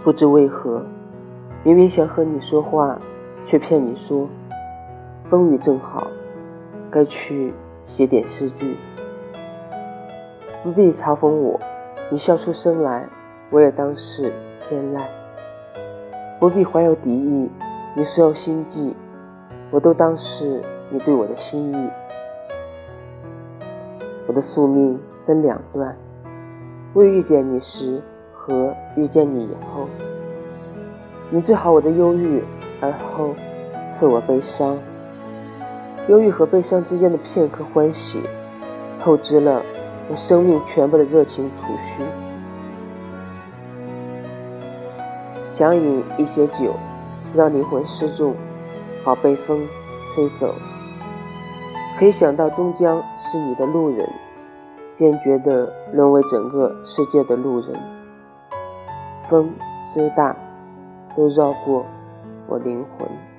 不知为何，明明想和你说话，却骗你说风雨正好，该去写点诗句。不必嘲讽我，你笑出声来，我也当是天籁。不必怀有敌意，你所有心计，我都当是你对我的心意。我的宿命分两段，未遇见你时和遇见你以后。你治好我的忧郁，而后赐我悲伤。忧郁和悲伤之间的片刻欢喜，透支了我生命全部的热情储蓄。想饮一些酒，让灵魂失重，好被风吹走。可以想到终将是你的路人，便觉得沦为整个世界的路人。风虽大，都绕过我灵魂。